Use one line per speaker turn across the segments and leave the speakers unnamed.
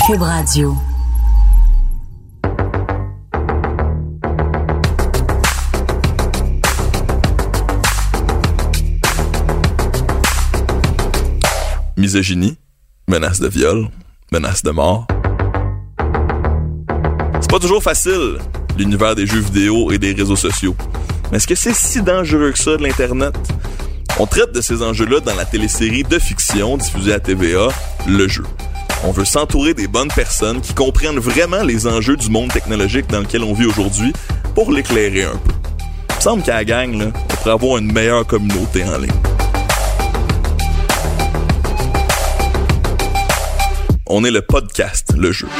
Cube Radio.
Misogynie, menace de viol, menace de mort. C'est pas toujours facile, l'univers des jeux vidéo et des réseaux sociaux. Mais est-ce que c'est si dangereux que ça de l'Internet? On traite de ces enjeux-là dans la télésérie de fiction diffusée à TVA, Le Jeu. On veut s'entourer des bonnes personnes qui comprennent vraiment les enjeux du monde technologique dans lequel on vit aujourd'hui pour l'éclairer un peu. Il me semble qu'à la gang, là, on pourrait avoir une meilleure communauté en ligne. On est le podcast Le Jeu.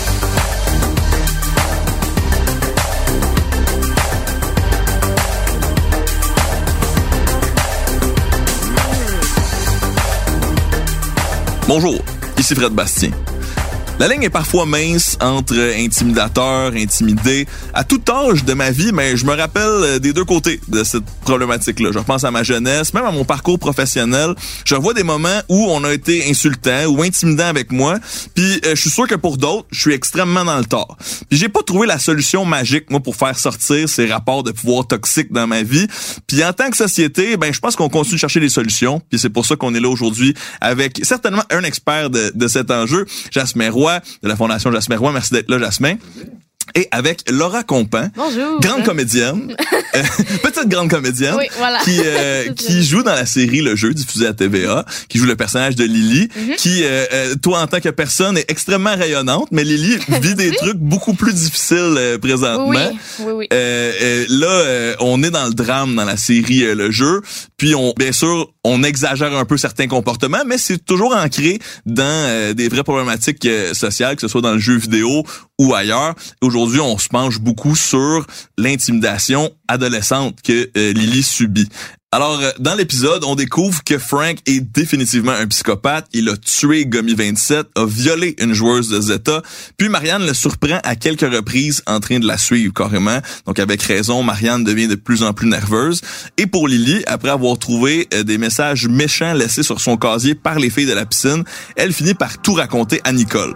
Bonjour, ici Fred Bastien. La ligne est parfois mince entre intimidateur, intimidé. À tout âge de ma vie, mais je me rappelle des deux côtés de cette problématique-là. Je repense à ma jeunesse, même à mon parcours professionnel. Je revois des moments où on a été insultant ou intimidant avec moi. Puis je suis sûr que pour d'autres, je suis extrêmement dans le tort. Puis j'ai pas trouvé la solution magique, moi, pour faire sortir ces rapports de pouvoir toxiques dans ma vie. Puis en tant que société, je pense qu'on continue de chercher des solutions. Puis c'est pour ça qu'on est là aujourd'hui avec certainement un expert de cet enjeu, Jasmin Roy, de la Fondation Jasmin Roy. Merci d'être là, Jasmin. Et avec Laura Compan,
bonjour,
grande comédienne, petite grande comédienne,
oui, voilà.
qui joue dans la série Le Jeu diffusée à TVA, qui joue le personnage de Lily, qui, toi en tant que personne, est extrêmement rayonnante, mais Lily vit des trucs beaucoup plus difficiles présentement.
Oui.
Là, on est dans le drame dans la série Le Jeu, puis bien sûr, on exagère un peu certains comportements, mais c'est toujours ancré dans des vraies problématiques sociales, que ce soit dans le jeu vidéo ou ailleurs. Aujourd'hui, on se penche beaucoup sur l'intimidation adolescente que Lily subit. Alors, dans l'épisode, on découvre que Frank est définitivement un psychopathe. Il a tué Gummy27, a violé une joueuse de Zeta. Puis Marianne le surprend à quelques reprises en train de la suivre carrément. Donc, avec raison, Marianne devient de plus en plus nerveuse. Et pour Lily, après avoir trouvé des messages méchants laissés sur son casier par les filles de la piscine, elle finit par tout raconter à Nicole.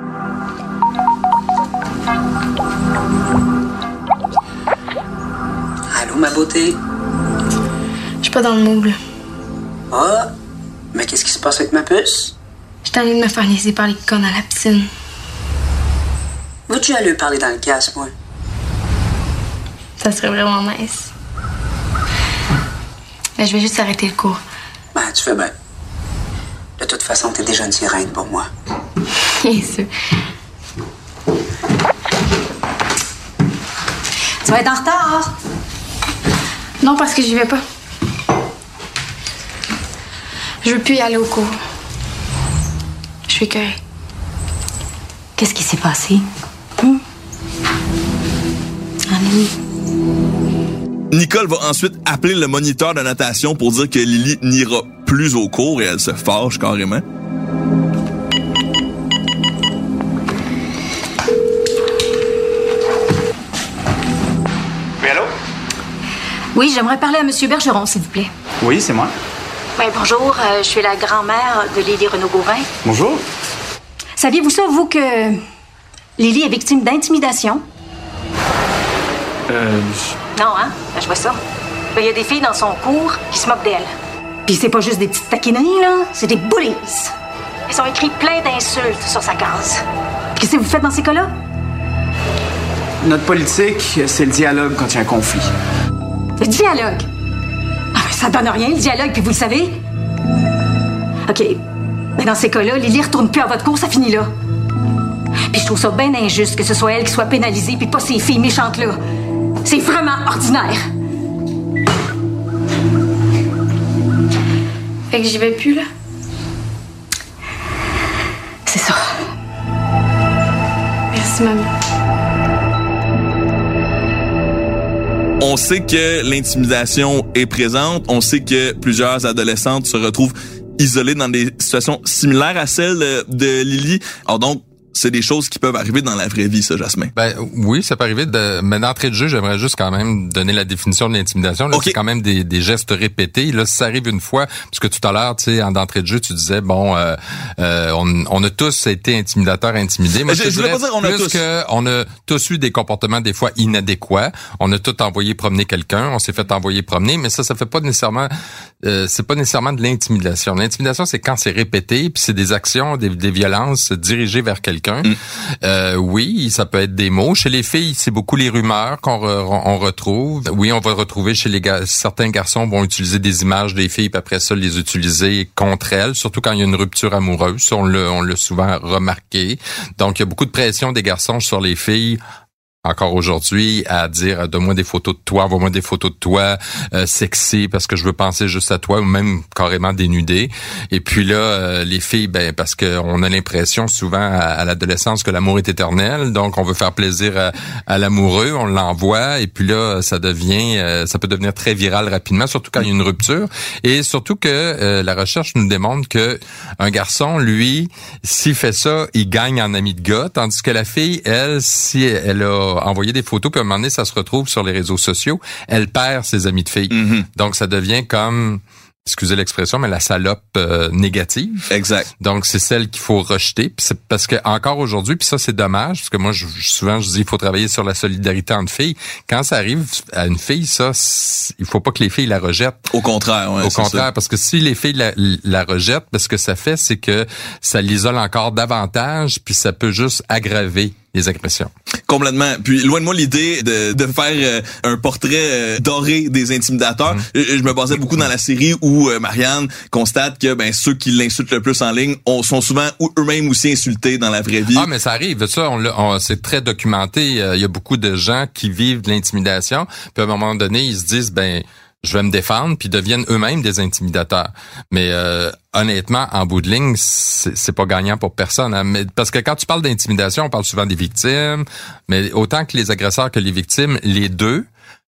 Allô, ma beauté?
Je suis pas dans le moule.
Ah, mais qu'est-ce qui se passe avec ma puce?
Je suis allée de me faire niaiser par les connes à la piscine.
Vas-tu aller parler dans le casque, moi?
Ça serait vraiment nice. Mais je vais juste arrêter le cours.
Tu fais bien. De toute façon, t'es déjà une sirène pour moi.
Bien sûr.
Tu vas être en retard.
Non, parce que j'y vais pas. Je veux plus y aller au cours. Je suis écœurée.
Qu'est-ce qui s'est passé? Annie.
Nicole va ensuite appeler le moniteur de natation pour dire que Lily n'ira plus au cours et elle se fâche carrément.
Oui, allô?
Oui, j'aimerais parler à M. Bergeron, s'il vous plaît.
Oui, c'est moi.
Oui, bonjour, je suis la grand-mère de Lily Renaud-Gauvin.
Bonjour.
Saviez-vous ça, vous, que Lily est victime d'intimidation? Non, hein? Ben, je vois ça. Ben, il y a des filles dans son cours qui se moquent d'elle. Puis c'est pas juste des petites taquineries, là. C'est des bullies. Ils ont écrit plein d'insultes sur sa case. Qu'est-ce que vous faites dans ces cas-là?
Notre politique, c'est le dialogue quand il y a un conflit.
Le dialogue? Ah, ben, ça donne rien, le dialogue, puis vous le savez? OK. Ben, dans ces cas-là, Lily retourne plus à votre cours, ça finit là. Puis je trouve ça bien injuste que ce soit elle qui soit pénalisée, puis pas ces filles méchantes-là. C'est vraiment ordinaire.
Fait que j'y vais plus, là?
C'est ça.
Merci, mamie.
On sait que l'intimidation est présente. On sait que plusieurs adolescentes se retrouvent isolées dans des situations similaires à celles de Lily. Alors donc, c'est des choses qui peuvent arriver dans la vraie vie, ça, Jasmin.
Ben oui, ça peut arriver. Mais d'entrée de jeu, j'aimerais juste quand même donner la définition de l'intimidation. Là, c'est quand même des gestes répétés. Là, si ça arrive une fois, puisque tout à l'heure, tu sais, en d'entrée de jeu, tu disais bon, on a tous été intimidateurs, intimidés. Moi, je voulais pas dire on a tous eu des comportements des fois inadéquats. On a tous envoyé promener quelqu'un. On s'est fait envoyer promener, mais ça fait pas nécessairement. C'est pas nécessairement de l'intimidation. L'intimidation, c'est quand c'est répété, puis c'est des actions, des violences dirigées vers quelqu'un. Oui, ça peut être des mots. Chez les filles, c'est beaucoup les rumeurs qu'on retrouve. Oui, on va retrouver chez certains garçons vont utiliser des images des filles, puis après ça, les utiliser contre elles, surtout quand il y a une rupture amoureuse. On l'a souvent remarqué. Donc, il y a beaucoup de pression des garçons sur les filles. Encore aujourd'hui, à dire donne-moi des photos de toi, envoie-moi des photos de toi sexy parce que je veux penser juste à toi, ou même carrément dénudé. Et puis là, les filles, ben parce que on a l'impression souvent à l'adolescence que l'amour est éternel, donc on veut faire plaisir à l'amoureux, on l'envoie, et puis là ça peut devenir très viral rapidement, surtout quand il y a une rupture, et surtout que la recherche nous démontre que un garçon, lui, s'il fait ça, il gagne en ami de gars, tandis que la fille, elle, si elle a envoyer des photos, puis à un moment donné, ça se retrouve sur les réseaux sociaux, elle perd ses amis de filles. Mm-hmm. Donc, ça devient comme, excusez l'expression, mais la salope négative.
Exact.
Donc, c'est celle qu'il faut rejeter. Puis c'est parce que encore aujourd'hui, puis ça, c'est dommage, parce que moi, souvent, je dis, il faut travailler sur la solidarité entre filles. Quand ça arrive à une fille, ça, il faut pas que les filles la rejettent.
Au contraire, ouais.
Au contraire, parce que si les filles la rejettent, ce que ça fait, c'est que ça l'isole encore davantage, puis ça peut juste aggraver les agressions.
Complètement. Puis loin de moi l'idée de faire un portrait doré des intimidateurs. Je me basais beaucoup dans la série où Marianne constate que ceux qui l'insultent le plus en ligne sont souvent eux-mêmes aussi insultés dans la vraie vie.
Ah, mais ça arrive. Ça, c'est très documenté. Il y a beaucoup de gens qui vivent de l'intimidation. Puis à un moment donné, ils se disent je vais me défendre, puis deviennent eux-mêmes des intimidateurs. Mais honnêtement, en bout de ligne, c'est pas gagnant pour personne. Hein. Mais, parce que quand tu parles d'intimidation, on parle souvent des victimes, mais autant que les agresseurs que les victimes, les deux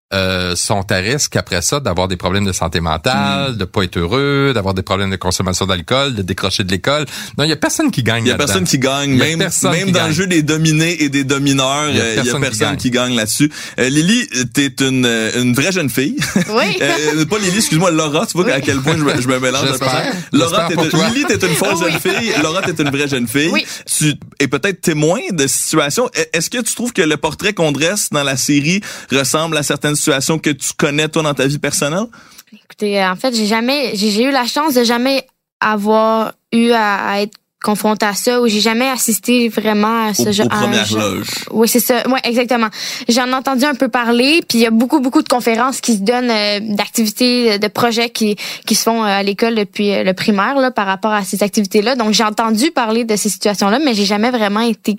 sont à risque après ça d'avoir des problèmes de santé mentale, de pas être heureux, d'avoir des problèmes de consommation d'alcool, de décrocher de l'école. Non, il y a personne qui gagne.
Il y a personne qui gagne, même dans le jeu des dominés et des domineurs, il y a personne qui gagne là-dessus. Lily, t'es une vraie jeune fille.
Oui.
Pas Lily, excuse-moi, Laura, tu vois à quel point je me mélange. Laura, Lily, t'es une fausse jeune fille. Laura, t'es une vraie jeune fille.
Oui.
Tu es peut-être témoin de situations. Est-ce que tu trouves que le portrait qu'on dresse dans la série ressemble à certaines situations que tu connais toi dans ta vie personnelle?
Écoutez, en fait, j'ai eu la chance de jamais avoir eu à être confrontée à ça, ou j'ai jamais assisté vraiment à ce genre.
Aux premières loges.
Oui, c'est ça. Oui, exactement. J'en ai entendu un peu parler, puis il y a beaucoup de conférences qui se donnent, d'activités, de projets qui se font à l'école depuis le primaire là, par rapport à ces activités-là. Donc j'ai entendu parler de ces situations-là, mais j'ai jamais vraiment été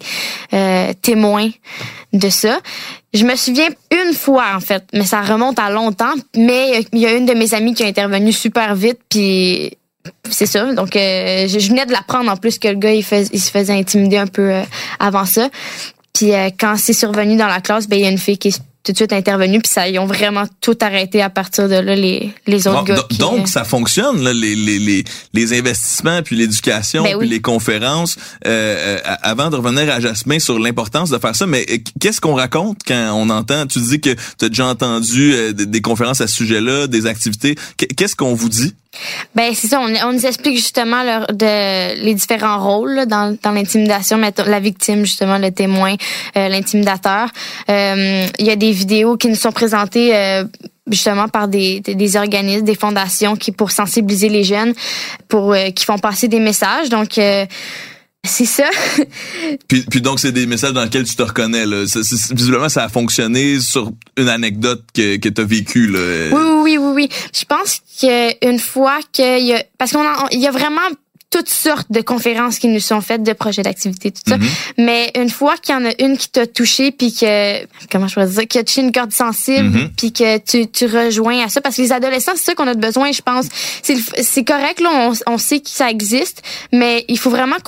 témoin de ça. Je me souviens une fois, en fait, mais ça remonte à longtemps, mais il y a une de mes amies qui a intervenu super vite, puis c'est ça. Donc, je venais de l'apprendre en plus que le gars, il se faisait intimider un peu avant ça. Puis quand c'est survenu dans la classe, il y a une fille qui est tout de suite intervenue, puis ils ont vraiment tout arrêté à partir de là, les autres gars.
Donc, ça fonctionne, là, les investissements, puis l'éducation, puis les conférences. Avant de revenir à Jasmin sur l'importance de faire ça, mais qu'est-ce qu'on raconte quand on entend, tu dis que tu as déjà entendu des conférences à ce sujet-là, des activités. Qu'est-ce qu'on vous dit?
C'est ça, on nous explique justement les différents rôles là, dans l'intimidation, la victime justement, le témoin, l'intimidateur. Il y a des vidéos qui nous sont présentées justement par des organismes, des fondations pour sensibiliser les jeunes, qui font passer des messages. Donc c'est ça.
Puis donc, c'est des messages dans lesquels tu te reconnais. Là. Visiblement, ça a fonctionné sur une anecdote que tu as vécue. Là.
Oui. Je pense qu'une fois qu'il y a... Parce qu'il y a vraiment toutes sortes de conférences qui nous sont faites, de projets d'activité, tout ça. Mais une fois qu'il y en a une qui t'a touché, puis que... Comment je pourrais dire? Qui a touché une corde sensible, puis que tu rejoins à ça. Parce que les adolescents, c'est ça qu'on a besoin, je pense. C'est correct, là, on sait que ça existe, mais il faut vraiment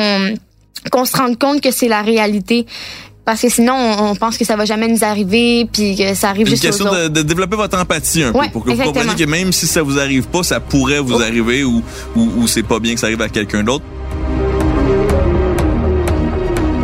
qu'on se rende compte que c'est la réalité. Parce que sinon, on pense que ça va jamais nous arriver, puis que ça arrive juste aux autres.
Une question de développer votre empathie un peu, pour que vous compreniez que même si ça vous arrive pas, ça pourrait vous arriver, ou c'est pas bien que ça arrive à quelqu'un d'autre.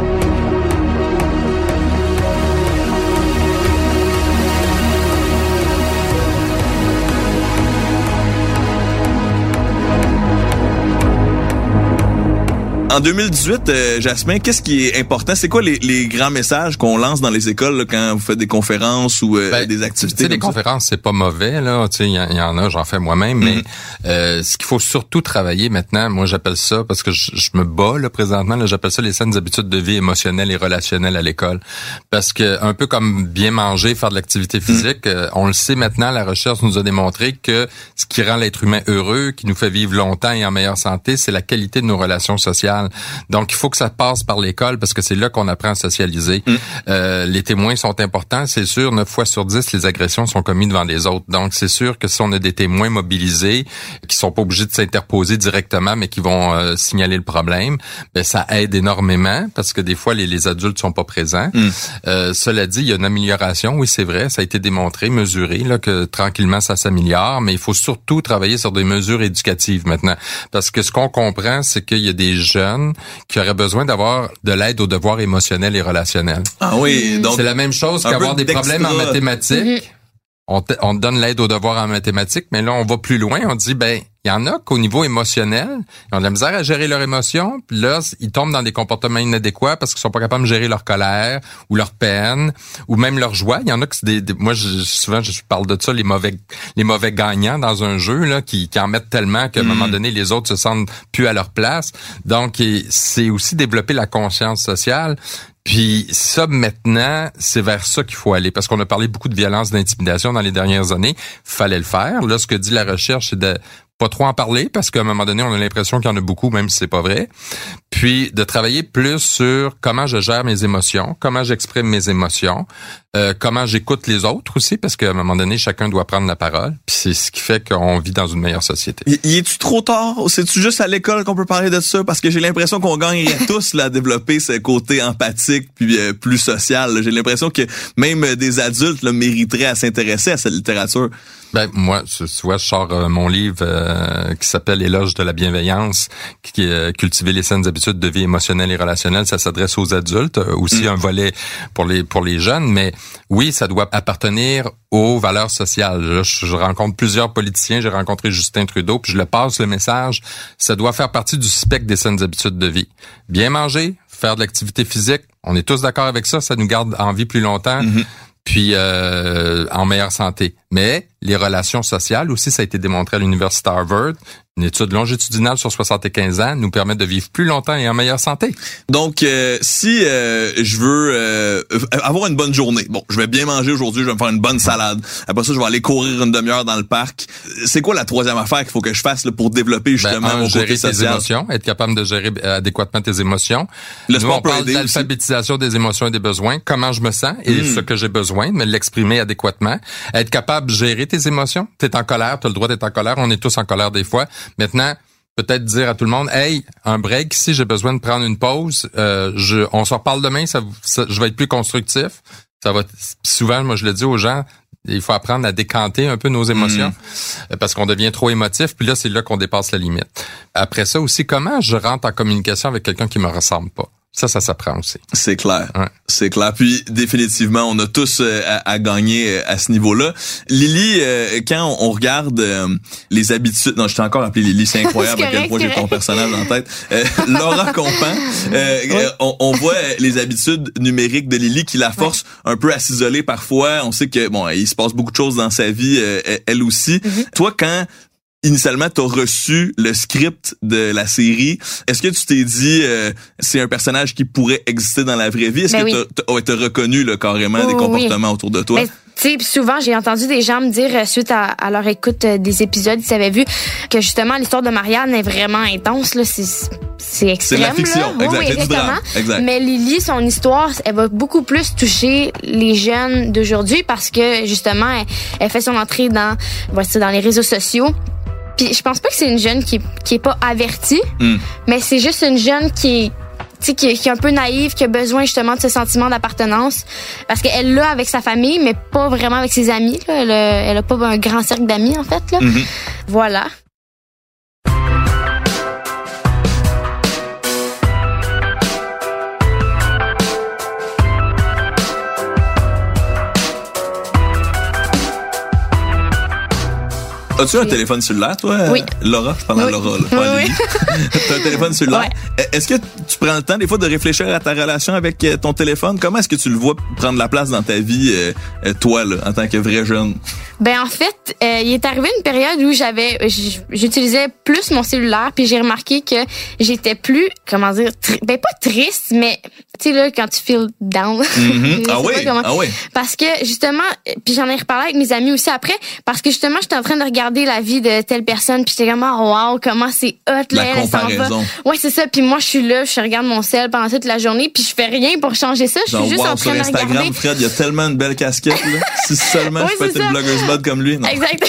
En 2018, Jasmin, qu'est-ce qui est important? C'est quoi les grands messages qu'on lance dans les écoles là, quand vous faites des conférences ou des activités?
Tu sais, les conférences, c'est pas mauvais, là. Tu sais, il y en a, j'en fais moi-même, mais ce qu'il faut surtout travailler maintenant, moi j'appelle ça, parce que je me bats là présentement, là, j'appelle ça les saines habitudes de vie émotionnelles et relationnelles à l'école. Parce que un peu comme bien manger, faire de l'activité physique, on le sait maintenant, la recherche nous a démontré que ce qui rend l'être humain heureux, qui nous fait vivre longtemps et en meilleure santé, c'est la qualité de nos relations sociales. Donc, il faut que ça passe par l'école parce que c'est là qu'on apprend à socialiser. Les témoins sont importants, c'est sûr. 9 fois sur 10, les agressions sont commises devant les autres. Donc, c'est sûr que si on a des témoins mobilisés, qui sont pas obligés de s'interposer directement, mais qui vont signaler le problème, ben ça aide énormément parce que des fois, les adultes sont pas présents. Cela dit, il y a une amélioration. Oui, c'est vrai, ça a été démontré, mesuré, là, que tranquillement, ça s'améliore, mais il faut surtout travailler sur des mesures éducatives maintenant. Parce que ce qu'on comprend, c'est qu'il y a des jeunes qui auraient besoin d'avoir de l'aide aux devoirs émotionnels et relationnels.
Ah oui, donc
c'est la même chose qu'avoir des problèmes en mathématiques. On te donne l'aide aux devoirs en mathématiques, mais là, on va plus loin. On dit, ben, il y en a qu'au niveau émotionnel, ils ont de la misère à gérer leurs émotions, puis là, ils tombent dans des comportements inadéquats parce qu'ils sont pas capables de gérer leur colère ou leur peine ou même leur joie. Il y en a que c'est moi, souvent, je parle de ça, les mauvais gagnants dans un jeu, là, qui en mettent tellement qu'à un moment donné, les autres se sentent plus à leur place. Donc, c'est aussi développer la conscience sociale. Puis ça, maintenant, c'est vers ça qu'il faut aller. Parce qu'on a parlé beaucoup de violence, d'intimidation dans les dernières années. Fallait le faire. Là, ce que dit la recherche, c'est de pas trop en parler parce qu'à un moment donné, on a l'impression qu'il y en a beaucoup, même si c'est pas vrai. Puis de travailler plus sur comment je gère mes émotions, comment j'exprime mes émotions, comment j'écoute les autres aussi, parce qu'à un moment donné, chacun doit prendre la parole. Puis c'est ce qui fait qu'on vit dans une meilleure société.
Y est-tu trop tard? Ou c'est-tu juste à l'école qu'on peut parler de ça? Parce que j'ai l'impression qu'on gagnerait tous là, à développer ce côté empathique puis plus social. Là. J'ai l'impression que même des adultes là, mériteraient à s'intéresser à cette littérature.
Ben moi, tu vois, je sors mon livre qui s'appelle Éloge de la bienveillance, qui est cultiver les saines habitudes de vie émotionnelle et relationnelle. Ça s'adresse aux adultes, aussi un volet pour les jeunes, mais oui, ça doit appartenir aux valeurs sociales. Là, je rencontre plusieurs politiciens, j'ai rencontré Justin Trudeau, puis je le passe le message, ça doit faire partie du spectre des saines habitudes de vie. Bien manger, faire de l'activité physique, on est tous d'accord avec ça, ça nous garde en vie plus longtemps. Puis en meilleure santé. Mais les relations sociales aussi, ça a été démontré à l'université Harvard. Une étude longitudinale sur 75 ans nous permet de vivre plus longtemps et en meilleure santé.
Donc, si je veux avoir une bonne journée, bon, je vais bien manger aujourd'hui, je vais me faire une bonne salade. Après ça, je vais aller courir une demi-heure dans le parc. C'est quoi la troisième affaire qu'il faut que je fasse là, pour développer justement mon côté social?
Gérer tes émotions, être capable de gérer adéquatement tes émotions.
Le sport
on parle de l'alphabétisation des émotions et des besoins, comment je me sens et ce que j'ai besoin, mais l'exprimer adéquatement. Être capable de gérer tes émotions. T'es en colère, t'as le droit d'être en colère, on est tous en colère des fois. Maintenant, peut-être dire à tout le monde, hey, un break ici, j'ai besoin de prendre une pause. On s'en reparle demain, je vais être plus constructif. Ça va. Souvent, moi, je le dis aux gens, il faut apprendre à décanter un peu nos émotions parce qu'on devient trop émotif. Puis là, c'est là qu'on dépasse la limite. Après ça aussi, comment je rentre en communication avec quelqu'un qui me ressemble pas? Ça s'apprend aussi.
C'est clair.
Ouais.
C'est clair. Puis, définitivement, on a tous à gagner à ce niveau-là. Lily, quand on regarde les habitudes... Non, je t'ai encore appelé Lily, c'est incroyable à quel point j'ai ton personnage en tête. Laura Compan, on voit les habitudes numériques de Lily qui la forcent un peu à s'isoler parfois. On sait que, bon, il se passe beaucoup de choses dans sa vie, elle aussi. Toi, quand... Initialement, t'as reçu le script de la série. Est-ce que tu t'es dit c'est un personnage qui pourrait exister dans la vraie vie? Est-ce que t'as reconnu là, carrément des comportements autour de toi?
Tu sais, souvent, j'ai entendu des gens me dire, suite à leur écoute des épisodes, ils avaient vu que justement, l'histoire de Marianne est vraiment intense. Là, c'est extrême.
C'est de la fiction.
Là.
Exact.
Oui,
exactement. Exact.
Mais Lily, son histoire, elle va beaucoup plus toucher les jeunes d'aujourd'hui parce que, justement, elle fait son entrée dans les réseaux sociaux. Puis je pense pas que c'est une jeune qui est pas avertie, mais c'est juste une jeune qui est un peu naïve, qui a besoin justement de ce sentiment d'appartenance. Parce qu'elle l'a avec sa famille, mais pas vraiment avec ses amis. Là. Elle a pas un grand cercle d'amis, en fait. Là. Voilà.
As-tu un téléphone cellulaire, toi?
Oui.
Laura, je parle à Laura, là, pas à Lily. T'as un téléphone cellulaire.
Ouais.
Est-ce que tu prends le temps, des fois, de réfléchir à ta relation avec ton téléphone? Comment est-ce que tu le vois prendre la place dans ta vie, toi, là, en tant que vrai jeune?
Ben, en fait, il est arrivé une période où j'utilisais plus mon cellulaire, puis j'ai remarqué que j'étais plus, comment dire, pas triste, mais, tu sais, là, quand tu feel down.
Mm-hmm. Ah oui?
Parce que, justement, puis j'en ai reparlé avec mes amis aussi après, parce que, justement, j'étais en train de regarder la vie de telle personne, puis j'étais comme, oh, wow, comment c'est hot, là,
elle s'en va.
Ouais, c'est ça, puis moi, je suis là, je regarde mon cell pendant toute la journée, puis je fais rien pour changer ça, je suis juste en train de regarder.
Instagram, Fred, il y a tellement une belle casquette, là. Si seulement je peux être une blogueuse mode comme lui, non?
Exact.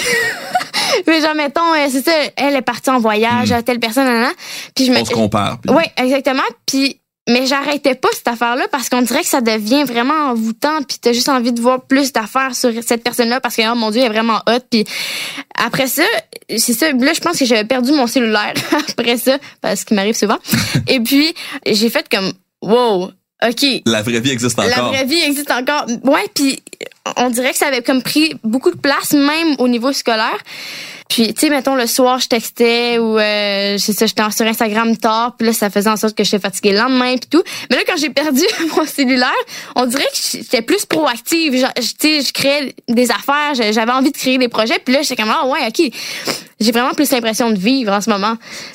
Mais genre, mettons, c'est ça, elle est partie en voyage, telle personne, puis
on se compare. Puis...
Oui, exactement. Puis, mais j'arrêtais pas cette affaire-là parce qu'on dirait que ça devient vraiment envoûtant, puis t'as juste envie de voir plus d'affaires sur cette personne-là parce que, oh mon Dieu, elle est vraiment hot. Puis après ça, c'est ça, là, je pense que j'avais perdu mon cellulaire après ça, parce qu'il m'arrive souvent. Et puis, j'ai fait comme, wow, OK.
La vraie vie existe encore.
La vraie vie existe encore. Ouais, puis on dirait que ça avait comme pris beaucoup de place, même au niveau scolaire. Puis, tu sais, mettons, le soir, je textais ou, c'est ça, j'étais sur Instagram tard, puis là, ça faisait en sorte que j'étais fatiguée le lendemain, puis tout. Mais là, quand j'ai perdu mon cellulaire, on dirait que j'étais plus proactive. Tu sais, je créais des affaires, j'avais envie de créer des projets, puis là, j'étais comme, ah ouais, OK. J'ai vraiment plus l'impression de vivre en ce moment.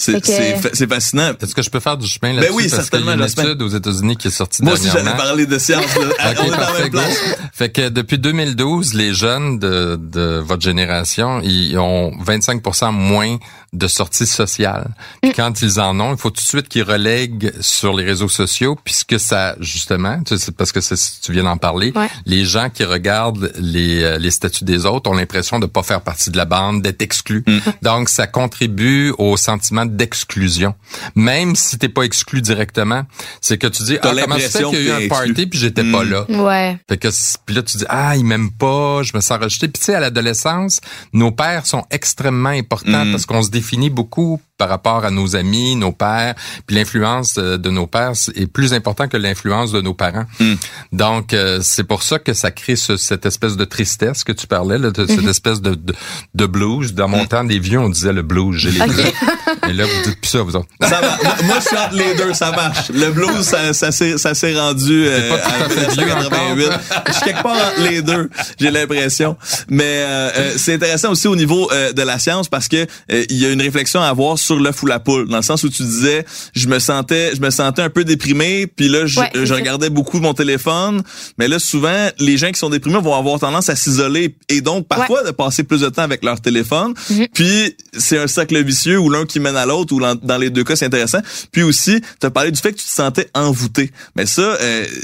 C'est fascinant.
Est-ce que je peux faire du chemin là-dessus?
Ben oui,
parce qu'il y a une étude aux États-Unis qui est sortie dernièrement.
Moi aussi, j'allais parler de science. Là. On est dans la même place.
Fait que depuis 2012, les jeunes de votre génération, ils ont 25% moins de sorties sociales. Puis quand ils en ont, il faut tout de suite qu'ils relèguent sur les réseaux sociaux, puisque ça, justement, parce que tu viens d'en parler, les gens qui regardent les statuts des autres ont l'impression de pas faire partie de la bande, d'être exclus. Donc, ça contribue au sentiment d'exclusion. Même si t'es pas exclu directement, c'est que tu dis, comment ça fait qu'il y a eu un party puis j'étais pas là.
Ouais.
Fait que, puis là, tu dis, ils m'aiment pas, je me sens rejeté. Puis tu sais, à l'adolescence, nos pères sont extrêmement importants parce qu'on se définit beaucoup par rapport à nos amis, nos pères, puis l'influence de nos pères est plus important que l'influence de nos parents. Donc, c'est pour ça que ça crée cette espèce de tristesse que tu parlais, là, cette espèce de blues. Dans mon temps, des vieux, on disait le blues, j'ai les deux. Mais là, vous dites plus ça, vous autres.
Ça va. Moi, je suis entre les deux, ça marche. Le blues, ça s'est rendu
pas tout à fait vieux
88. Je suis quelque part entre les deux, j'ai l'impression. Mais c'est intéressant aussi au niveau de la science parce que il y a une réflexion à avoir sur l'œuf ou la poule, dans le sens où tu disais je me sentais un peu déprimé, puis là je regardais beaucoup mon téléphone, mais là souvent les gens qui sont déprimés vont avoir tendance à s'isoler et donc parfois de passer plus de temps avec leur téléphone. Puis c'est un cercle vicieux où l'un qui mène à l'autre, ou dans les deux cas c'est intéressant. Puis aussi tu as parlé du fait que tu te sentais envoûté. Mais ça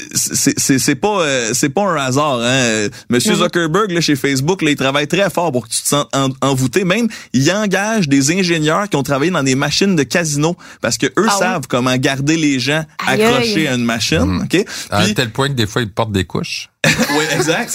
c'est pas un hasard, hein. Monsieur Zuckerberg là chez Facebook, là il travaille très fort pour que tu te sentes envoûté. Même il engage des ingénieurs qui ont travaillé dans des machines de casino parce que eux savent comment garder les gens accrochés à une machine, OK?
À tel point que des fois ils portent des couches.
Oui, exact.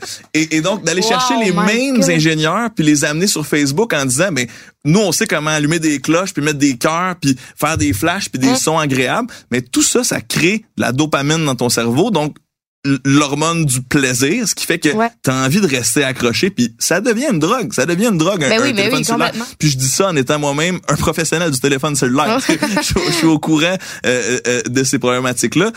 Et donc d'aller chercher les mêmes ingénieurs puis les amener sur Facebook en disant mais nous on sait comment allumer des cloches puis mettre des cœurs puis faire des flashs puis des sons agréables, mais tout ça crée de la dopamine dans ton cerveau, donc l'hormone du plaisir, ce qui fait que t'as envie de rester accroché, puis ça devient une drogue, un téléphone cellulaire. Puis je dis ça en étant moi-même un professionnel du téléphone cellulaire. Je suis au courant de ces problématiques-là.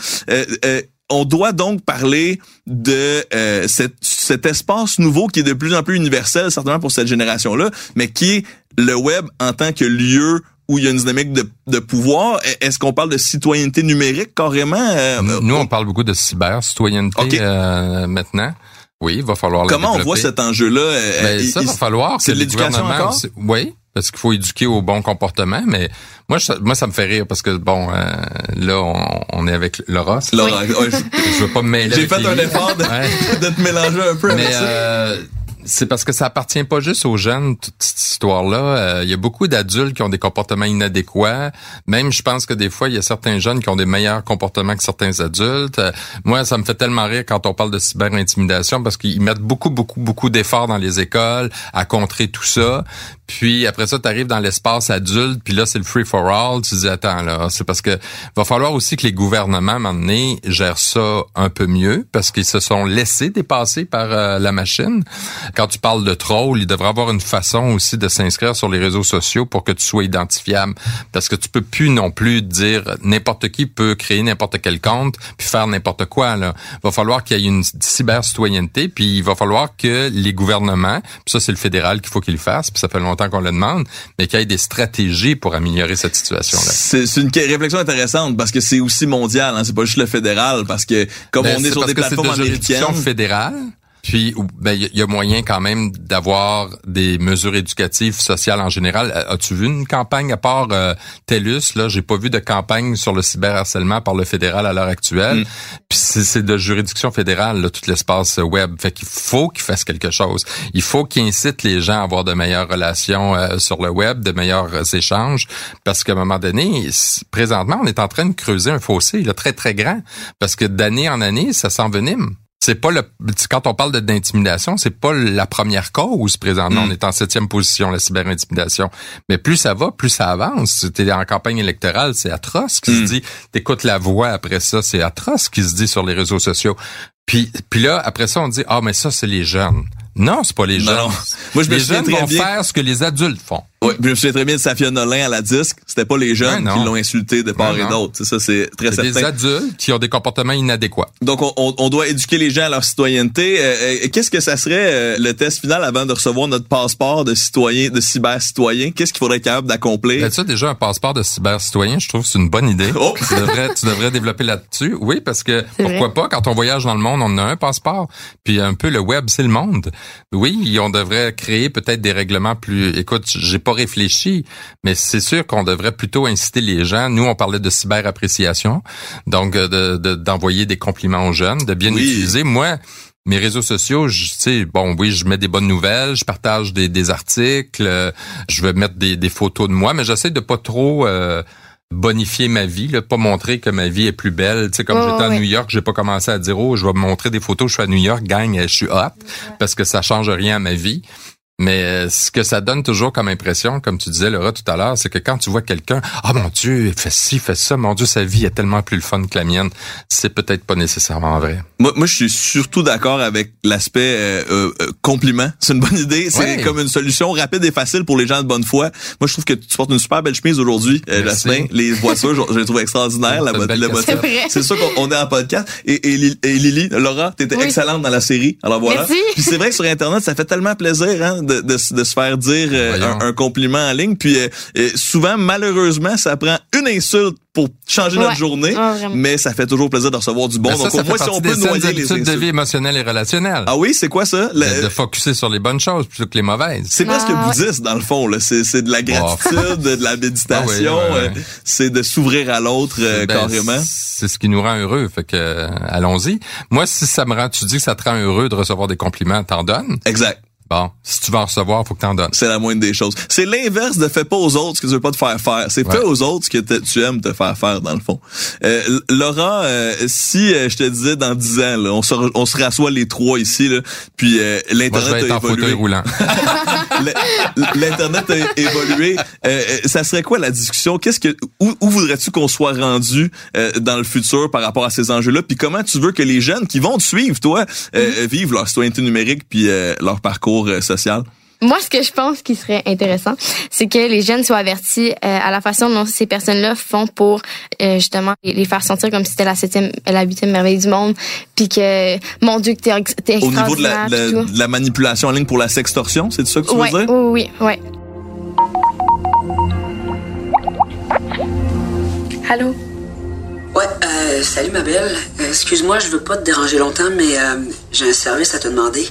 On doit donc parler de cet espace nouveau qui est de plus en plus universel, certainement pour cette génération-là, mais qui est le web en tant que lieu où il y a une dynamique de pouvoir. Est-ce qu'on parle de citoyenneté numérique carrément?
Nous, on parle beaucoup de cyber-citoyenneté maintenant. Oui, il va falloir la
Comment
développer.
on voit cet enjeu-là?
Ça va falloir
c'est
que
de l'éducation encore?
Oui, parce qu'il faut éduquer au bon comportement, mais moi ça me fait rire parce que là on est avec Laura.
Laura,
je veux pas me mêler.
J'ai fait un effort de te mélanger un peu avec ça.
C'est parce que ça appartient pas juste aux jeunes, toute cette histoire-là. Il y a beaucoup d'adultes qui ont des comportements inadéquats. Même, je pense que des fois, il y a certains jeunes qui ont des meilleurs comportements que certains adultes. Moi, ça me fait tellement rire quand on parle de cyber-intimidation parce qu'ils mettent beaucoup d'efforts dans les écoles à contrer tout ça. Puis après ça, tu arrives dans l'espace adulte, puis là, c'est le free for all. Tu dis, attends, là, c'est parce que va falloir aussi que les gouvernements, à un moment donné, gèrent ça un peu mieux, parce qu'ils se sont laissés dépasser par la machine. Quand tu parles de troll, il devrait avoir une façon aussi de s'inscrire sur les réseaux sociaux pour que tu sois identifiable. Parce que tu peux plus non plus dire n'importe qui peut créer n'importe quel compte puis faire n'importe quoi, là. Va falloir qu'il y ait une cyber-citoyenneté, puis il va falloir que les gouvernements, puis ça c'est le fédéral qu'il faut qu'il le fasse, puis ça fait longtemps qu'on le demande, mais qu'il y ait des stratégies pour améliorer cette situation-là.
C'est une réflexion intéressante parce que c'est aussi mondial, hein, c'est pas juste le fédéral, parce que comme on est sur des plateformes américaines,
fédérale. Puis, il y a moyen quand même d'avoir des mesures éducatives, sociales en général. As-tu vu une campagne à part TELUS? Là, j'ai pas vu de campagne sur le cyberharcèlement par le fédéral à l'heure actuelle. Puis c'est de juridiction fédérale, là, tout l'espace web. Fait qu'il faut qu'il fasse quelque chose. Il faut qu'il incite les gens à avoir de meilleures relations sur le web, de meilleurs échanges. Parce qu'à un moment donné, présentement, on est en train de creuser un fossé là, très, très grand. Parce que d'année en année, ça s'envenime. C'est pas quand on parle d'intimidation, c'est pas la première cause présentement. On est en 7e position, la cyberintimidation. Mais plus ça va, plus ça avance. T'es en campagne électorale, c'est atroce ce qui se dit. T'écoutes la voix après ça, c'est atroce ce qui se dit sur les réseaux sociaux. Puis là, après ça, on dit, mais ça, c'est les jeunes. Non, c'est pas les jeunes. Non. Moi, les jeunes vont faire ce que les adultes font.
Oui, je me souviens très bien de Safia Nolin à la disque. C'était pas les jeunes qui l'ont insulté de part et d'autre. Ça, c'est très certain.
Des adultes qui ont des comportements inadéquats.
Donc, on doit éduquer les gens à leur citoyenneté. Qu'est-ce que ça serait le test final avant de recevoir notre passeport de citoyen, de cyber-citoyen? Qu'est-ce qu'il faudrait être capable d'accomplir?
Ben, ça, déjà, un passeport de cyber-citoyen, je trouve que c'est une bonne idée. Oh. Tu devrais développer là-dessus. Oui, parce que pourquoi pas, quand on voyage dans le monde, on a un passeport. Puis un peu le web, c'est le monde. Oui, on devrait créer peut-être des règlements plus... Écoute, j'ai pas réfléchi, mais c'est sûr qu'on devrait plutôt inciter les gens. Nous, on parlait de cyber-appréciation, donc d'envoyer des compliments aux jeunes, de bien utiliser. Moi, mes réseaux sociaux, je mets des bonnes nouvelles, je partage des articles, je vais mettre des photos de moi, mais j'essaie de pas trop... bonifier ma vie, là, pas montrer que ma vie est plus belle. Tu sais, comme j'étais à New York, j'ai pas commencé à dire, je vais montrer des photos, je suis à New York, gang, je suis hot, parce que ça change rien à ma vie. Mais ce que ça donne toujours comme impression, comme tu disais, Laura, tout à l'heure, c'est que quand tu vois quelqu'un, mon Dieu, il fait ci, il fait ça, mon Dieu, sa vie est tellement plus le fun que la mienne. C'est peut-être pas nécessairement vrai.
Moi, je suis surtout d'accord avec l'aspect compliment. C'est une bonne idée. C'est comme une solution rapide et facile pour les gens de bonne foi. Moi, je trouve que tu portes une super belle chemise aujourd'hui, Jasmin. Les voitures, je les trouve extraordinaires. C'est sûr qu'on est en podcast. Et Lily, Laura, t'étais excellente dans la série. Alors voilà.
Merci.
Puis c'est vrai que sur Internet, ça fait tellement plaisir, hein, de se faire dire un compliment en ligne. Puis souvent, malheureusement, ça prend une insulte pour changer notre journée, mais ça fait toujours plaisir de recevoir du bon.
Donc, au moins, si on peut noyer les insultes de vie émotionnelle et relationnelle.
Ah oui, c'est quoi ça?
De focusser sur les bonnes choses plutôt que les mauvaises.
C'est presque bouddhiste, dans le fond. Là. C'est de la gratitude, de la méditation. C'est de s'ouvrir à l'autre carrément.
C'est ce qui nous rend heureux. Fait que allons-y. Moi, si ça me rend, tu dis que ça te rend heureux de recevoir des compliments, t'en donnes.
Exact.
Bon, si tu vas en recevoir, faut que t'en donnes.
C'est la moindre des choses. C'est l'inverse de fais pas aux autres ce que tu veux pas te faire faire. C'est fais aux autres ce que tu aimes te faire faire, dans le fond. Laura, si je te disais dans 10 ans, là, on se rassoit les trois ici, là, puis l'Internet
Moi, je vais être
a évolué.
En fauteuil roulant.
L'Internet a évolué. Ça serait quoi la discussion? Où voudrais-tu qu'on soit rendu dans le futur par rapport à ces enjeux-là? Puis comment tu veux que les jeunes qui vont te suivre, toi, vivent leur citoyenneté numérique puis leur parcours social?
Moi, ce que je pense qui serait intéressant, c'est que les jeunes soient avertis à la façon dont ces personnes-là font pour justement les faire sentir comme si c'était la 7e et la 8e merveille du monde, puis que, mon Dieu, que t'es extraordinaire.
Au niveau de la manipulation en ligne pour la sextorsion, c'est ça que tu veux dire?
Oui. Allô?
Ouais, salut ma belle. Excuse-moi, je veux pas te déranger longtemps, mais j'ai un service à te demander.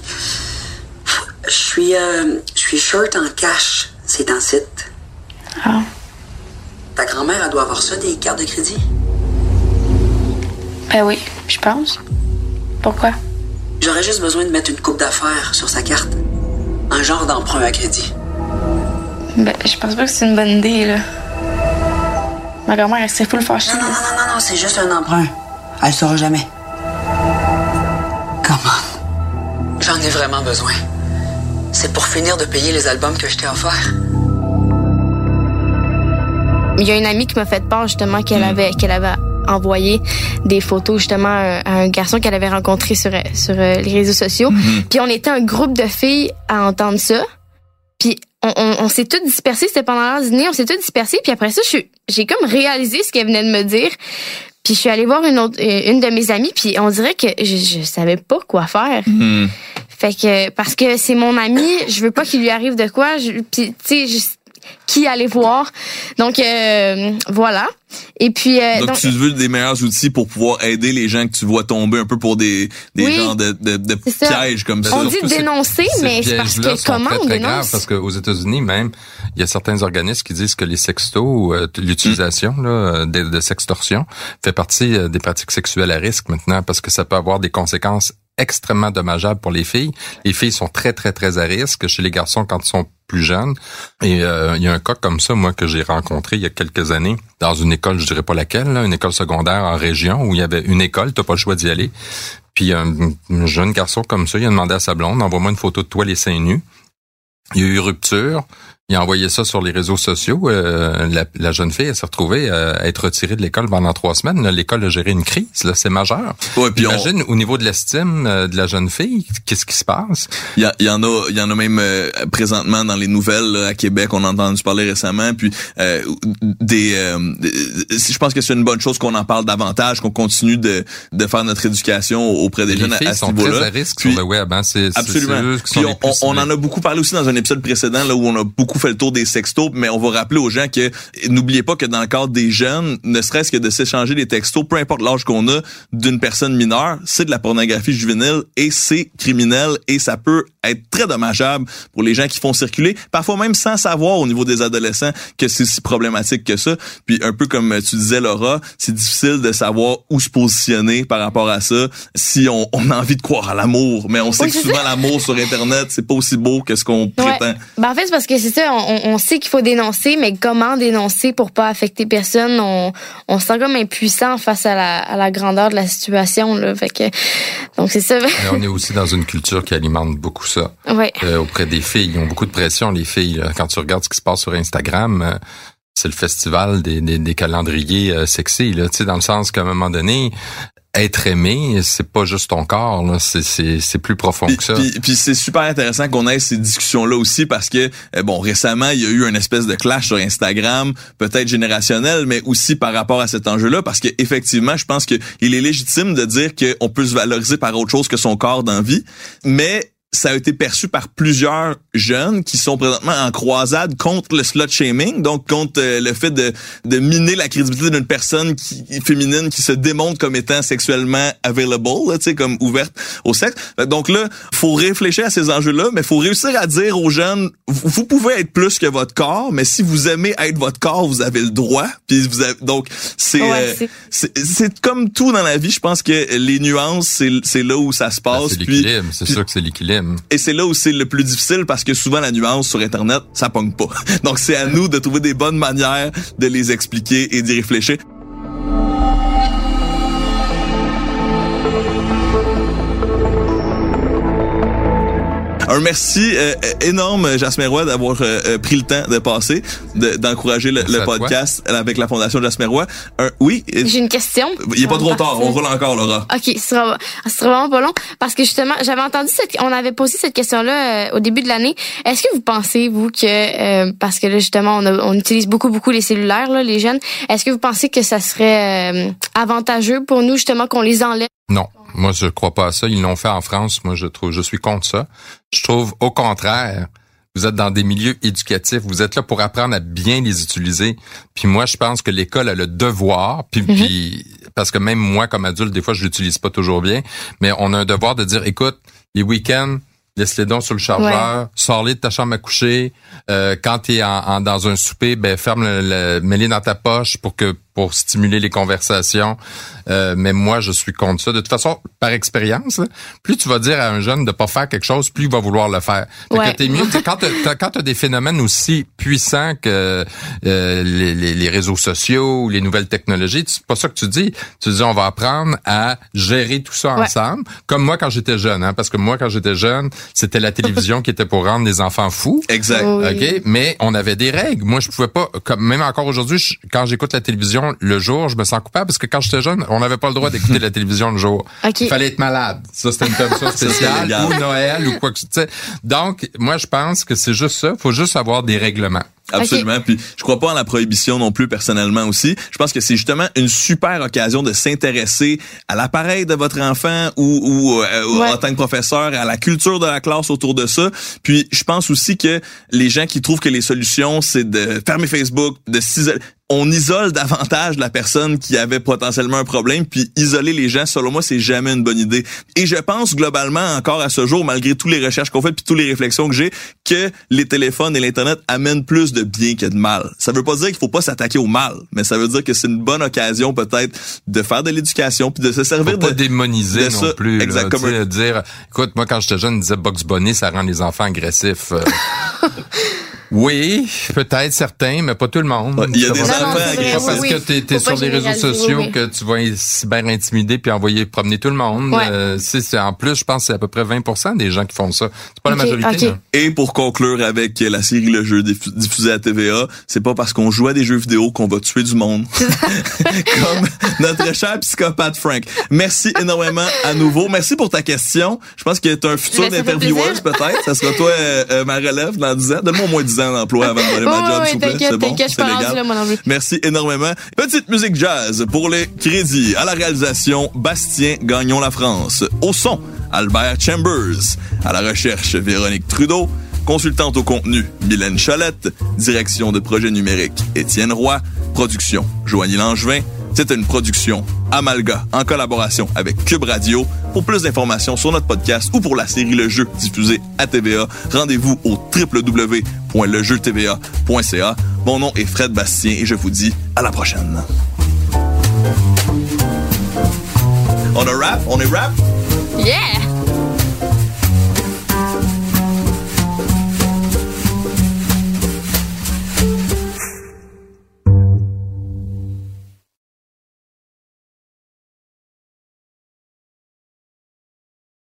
Je suis short en cash, c'est en site.
Ah.
Ta grand-mère, elle doit avoir ça, des cartes de crédit?
Ben oui, je pense. Pourquoi?
J'aurais juste besoin de mettre une coupe d'affaires sur sa carte. Un genre d'emprunt à crédit.
Ben, je pense pas que c'est une bonne idée, là. Ma grand-mère, elle serait full fâchée.
Non, c'est juste un emprunt. Elle saura jamais. Comment? J'en ai vraiment besoin. C'est pour finir de payer les albums que je t'ai offerts.
il y a une amie qui m'a fait part justement qu'elle avait envoyé des photos justement à un garçon qu'elle avait rencontré sur les réseaux sociaux. Puis on était un groupe de filles à entendre ça. Puis on s'est toutes dispersées, c'était pendant le dîner, on s'est toutes dispersées. Puis après ça, j'ai comme réalisé ce qu'elle venait de me dire. Puis je suis allée voir une de mes amies, puis on dirait que je savais pas quoi faire. Fait que parce que c'est mon amie, je veux pas qu'il lui arrive de quoi. Puis tu sais, qui aller voir. Donc voilà. Et puis
donc tu veux des meilleurs outils pour pouvoir aider les gens que tu vois tomber un peu pour des genres de pièges comme ça.
On dit dénoncer, mais c'est parce que comment on dénonce?
Grave parce qu'aux États-Unis même, il y a certains organismes qui disent que les sextos, l'utilisation là, de sextorsion fait partie des pratiques sexuelles à risque maintenant parce que ça peut avoir des conséquences extrêmement dommageables pour les filles. Les filles sont très, très, très à risque chez les garçons quand ils sont plus jeunes. Et il y a un cas comme ça, moi, que j'ai rencontré il y a quelques années dans une école, je dirais pas laquelle, là, une école secondaire en région où il y avait une école, t'as pas le choix d'y aller. Puis un jeune garçon comme ça, il a demandé à sa blonde, envoie-moi une photo de toi les seins nus. Il y a eu rupture. Il a envoyé ça sur les réseaux sociaux. La jeune fille, elle s'est retrouvée à être retirée de l'école pendant 3 semaines. Là, l'école a géré une crise. Là, c'est majeur.
Ouais, puis
imagine au niveau de l'estime de la jeune fille, qu'est-ce qui se passe?
Il y en a même présentement dans les nouvelles là, à Québec. On a entendu parler récemment. Puis je pense que c'est une bonne chose qu'on en parle davantage, qu'on continue de faire notre éducation auprès des jeunes à ce niveau-là.
Les filles sont très à risque sur le web. Hein?
Absolument. Puis on en a beaucoup parlé aussi dans un épisode précédent là où on a beaucoup fait le tour des sextos, mais on va rappeler aux gens que n'oubliez pas que dans le cadre des jeunes, ne serait-ce que de s'échanger des textos, peu importe l'âge qu'on a d'une personne mineure, c'est de la pornographie juvénile et c'est criminel et ça peut être très dommageable pour les gens qui font circuler, parfois même sans savoir au niveau des adolescents que c'est si problématique que ça. Puis un peu comme tu disais Laura, c'est difficile de savoir où se positionner par rapport à ça si on a envie de croire à l'amour, mais on sait que souvent l'amour sur Internet, c'est pas aussi beau que ce qu'on prétend.
Ben en fait, c'est parce que c'est ça, on sait qu'il faut dénoncer, mais comment dénoncer pour pas affecter personne? On se sent comme impuissant face à la grandeur de la situation, là. Fait que, donc c'est ça.
Mais on est aussi dans une culture qui alimente beaucoup ça.
Ouais.
Auprès des filles. Ils ont beaucoup de pression, les filles. Quand tu regardes ce qui se passe sur Instagram, c'est le festival des calendriers sexy, là. Tu sais, dans le sens qu'à un moment donné, être aimé, c'est pas juste ton corps, là, c'est plus profond que ça.
Puis c'est super intéressant qu'on ait ces discussions-là aussi parce que récemment il y a eu une espèce de clash sur Instagram, peut-être générationnel, mais aussi par rapport à cet enjeu-là, parce que effectivement, je pense que il est légitime de dire qu'on peut se valoriser par autre chose que son corps dans la vie, mais ça a été perçu par plusieurs jeunes qui sont présentement en croisade contre le slut shaming, donc contre le fait de miner la crédibilité d'une personne féminine qui se démontre comme étant sexuellement available, tu sais, comme ouverte au sexe. Donc là, faut réfléchir à ces enjeux-là, mais faut réussir à dire aux jeunes, vous pouvez être plus que votre corps, mais si vous aimez être votre corps, vous avez le droit. Puis vous avez, donc c'est comme tout dans la vie, je pense que les nuances, c'est là où ça se passe.
C'est l'équilibre, c'est sûr que c'est l'équilibre.
Et c'est là où c'est le plus difficile parce que souvent la nuance sur Internet, ça pogne pas. Donc c'est à nous de trouver des bonnes manières de les expliquer et d'y réfléchir. Un merci énorme, Jasmin Roy, d'avoir pris le temps de passer, d'encourager le podcast avec la Fondation Jasmin Roy. Oui.
J'ai une question.
Il est pas trop tard, on roule encore, Laura.
OK, ce sera vraiment pas long parce que justement, j'avais entendu on avait posé cette question-là au début de l'année. Est-ce que vous pensez, vous, que parce que là, justement, on utilise beaucoup les cellulaires, là, les jeunes, est-ce que vous pensez que ça serait avantageux pour nous, justement, qu'on les enlève?
Non. Moi, je crois pas à ça. Ils l'ont fait en France. Moi, je suis contre ça. Je trouve, au contraire, vous êtes dans des milieux éducatifs. Vous êtes là pour apprendre à bien les utiliser. Puis moi, je pense que l'école a le devoir, puis parce que même moi, comme adulte, des fois, je l'utilise pas toujours bien, mais on a un devoir de dire, écoute, les week-ends, laisse-les donc sur le chargeur, sors-les de ta chambre à coucher. Quand t'es dans un souper, ben ferme mets-les dans ta poche pour pour stimuler les conversations. Mais moi, je suis contre ça. De toute façon, par expérience, là, plus tu vas dire à un jeune de pas faire quelque chose, plus il va vouloir le faire. Fait que t'es mieux, quand t'as des phénomènes aussi puissants que les réseaux sociaux ou les nouvelles technologies, c'est pas ça que tu dis. Tu dis, on va apprendre à gérer tout ça ensemble. Comme moi quand j'étais jeune, hein, parce que moi quand j'étais jeune, c'était la télévision qui était pour rendre les enfants fous.
Exact.
OK, mais on avait des règles. Moi, je pouvais pas, même encore aujourd'hui, quand j'écoute la télévision le jour, je me sens coupable parce que quand j'étais jeune, on n'avait pas le droit d'écouter la télévision le jour.
Okay.
Il fallait être malade. Ça, c'était une permission spéciale ou Noël ou quoi que ce soit. Donc, moi, je pense que c'est juste ça. Faut juste avoir des règlements.
Absolument. Okay. Puis je crois pas en la prohibition non plus personnellement aussi. Je pense que c'est justement une super occasion de s'intéresser à l'appareil de votre enfant ou en tant que professeur, à la culture de la classe autour de ça. Puis je pense aussi que les gens qui trouvent que les solutions c'est de fermer Facebook, de s'isoler, on isole davantage la personne qui avait potentiellement un problème, puis isoler les gens, selon moi, c'est jamais une bonne idée. Et je pense globalement, encore à ce jour, malgré toutes les recherches qu'on fait puis toutes les réflexions que j'ai, que les téléphones et l'Internet amènent plus de bien que de mal. Ça veut pas dire qu'il faut pas s'attaquer au mal, mais ça veut dire que c'est une bonne occasion peut-être de faire de l'éducation puis de se servir
faut pas démoniser
de
non
ça.
plus.
Exactement.
Là, dire, écoute, moi quand j'étais jeune, on disait Bugs Bunny, ça rend les enfants agressifs. Oui, peut-être certains, mais pas tout le monde.
Il y a des enfants
agressifs. Parce que t'es sur les réseaux sociaux que tu vas cyber intimider puis envoyer promener tout le monde. C'est en plus, je pense que c'est à peu près 20% des gens qui font ça. C'est pas la majorité. Okay.
Et pour conclure avec la série Le Jeu diffusée à TVA, c'est pas parce qu'on joue à des jeux vidéo qu'on va tuer du monde. Comme notre cher psychopathe Frank. Merci énormément à nouveau. Merci pour ta question. Je pense que t'es un futur d'intervieweuse peut-être. Ça sera toi ma relève dans 10 ans. Donne-moi au moins 10 ans d'emploi avant de donner ma job, s'il vous plaît. C'est bon, c'est légal. Merci énormément. Petite musique jazz pour les crédits. À la réalisation, Bastien Gagnon La France. Au son, Albert Chambers. À la recherche, Véronique Trudeau. Consultante au contenu, Mylène Chalette. Direction de projet numérique, Étienne Roy. Production, Joanie Langevin. C'est une production Amalga en collaboration avec Cube Radio. Pour plus d'informations sur notre podcast ou pour la série Le Jeu diffusée à TVA, rendez-vous au www.lejeutva.ca. Mon nom est Fred Bastien et je vous dis à la prochaine. On est rap?
Yeah!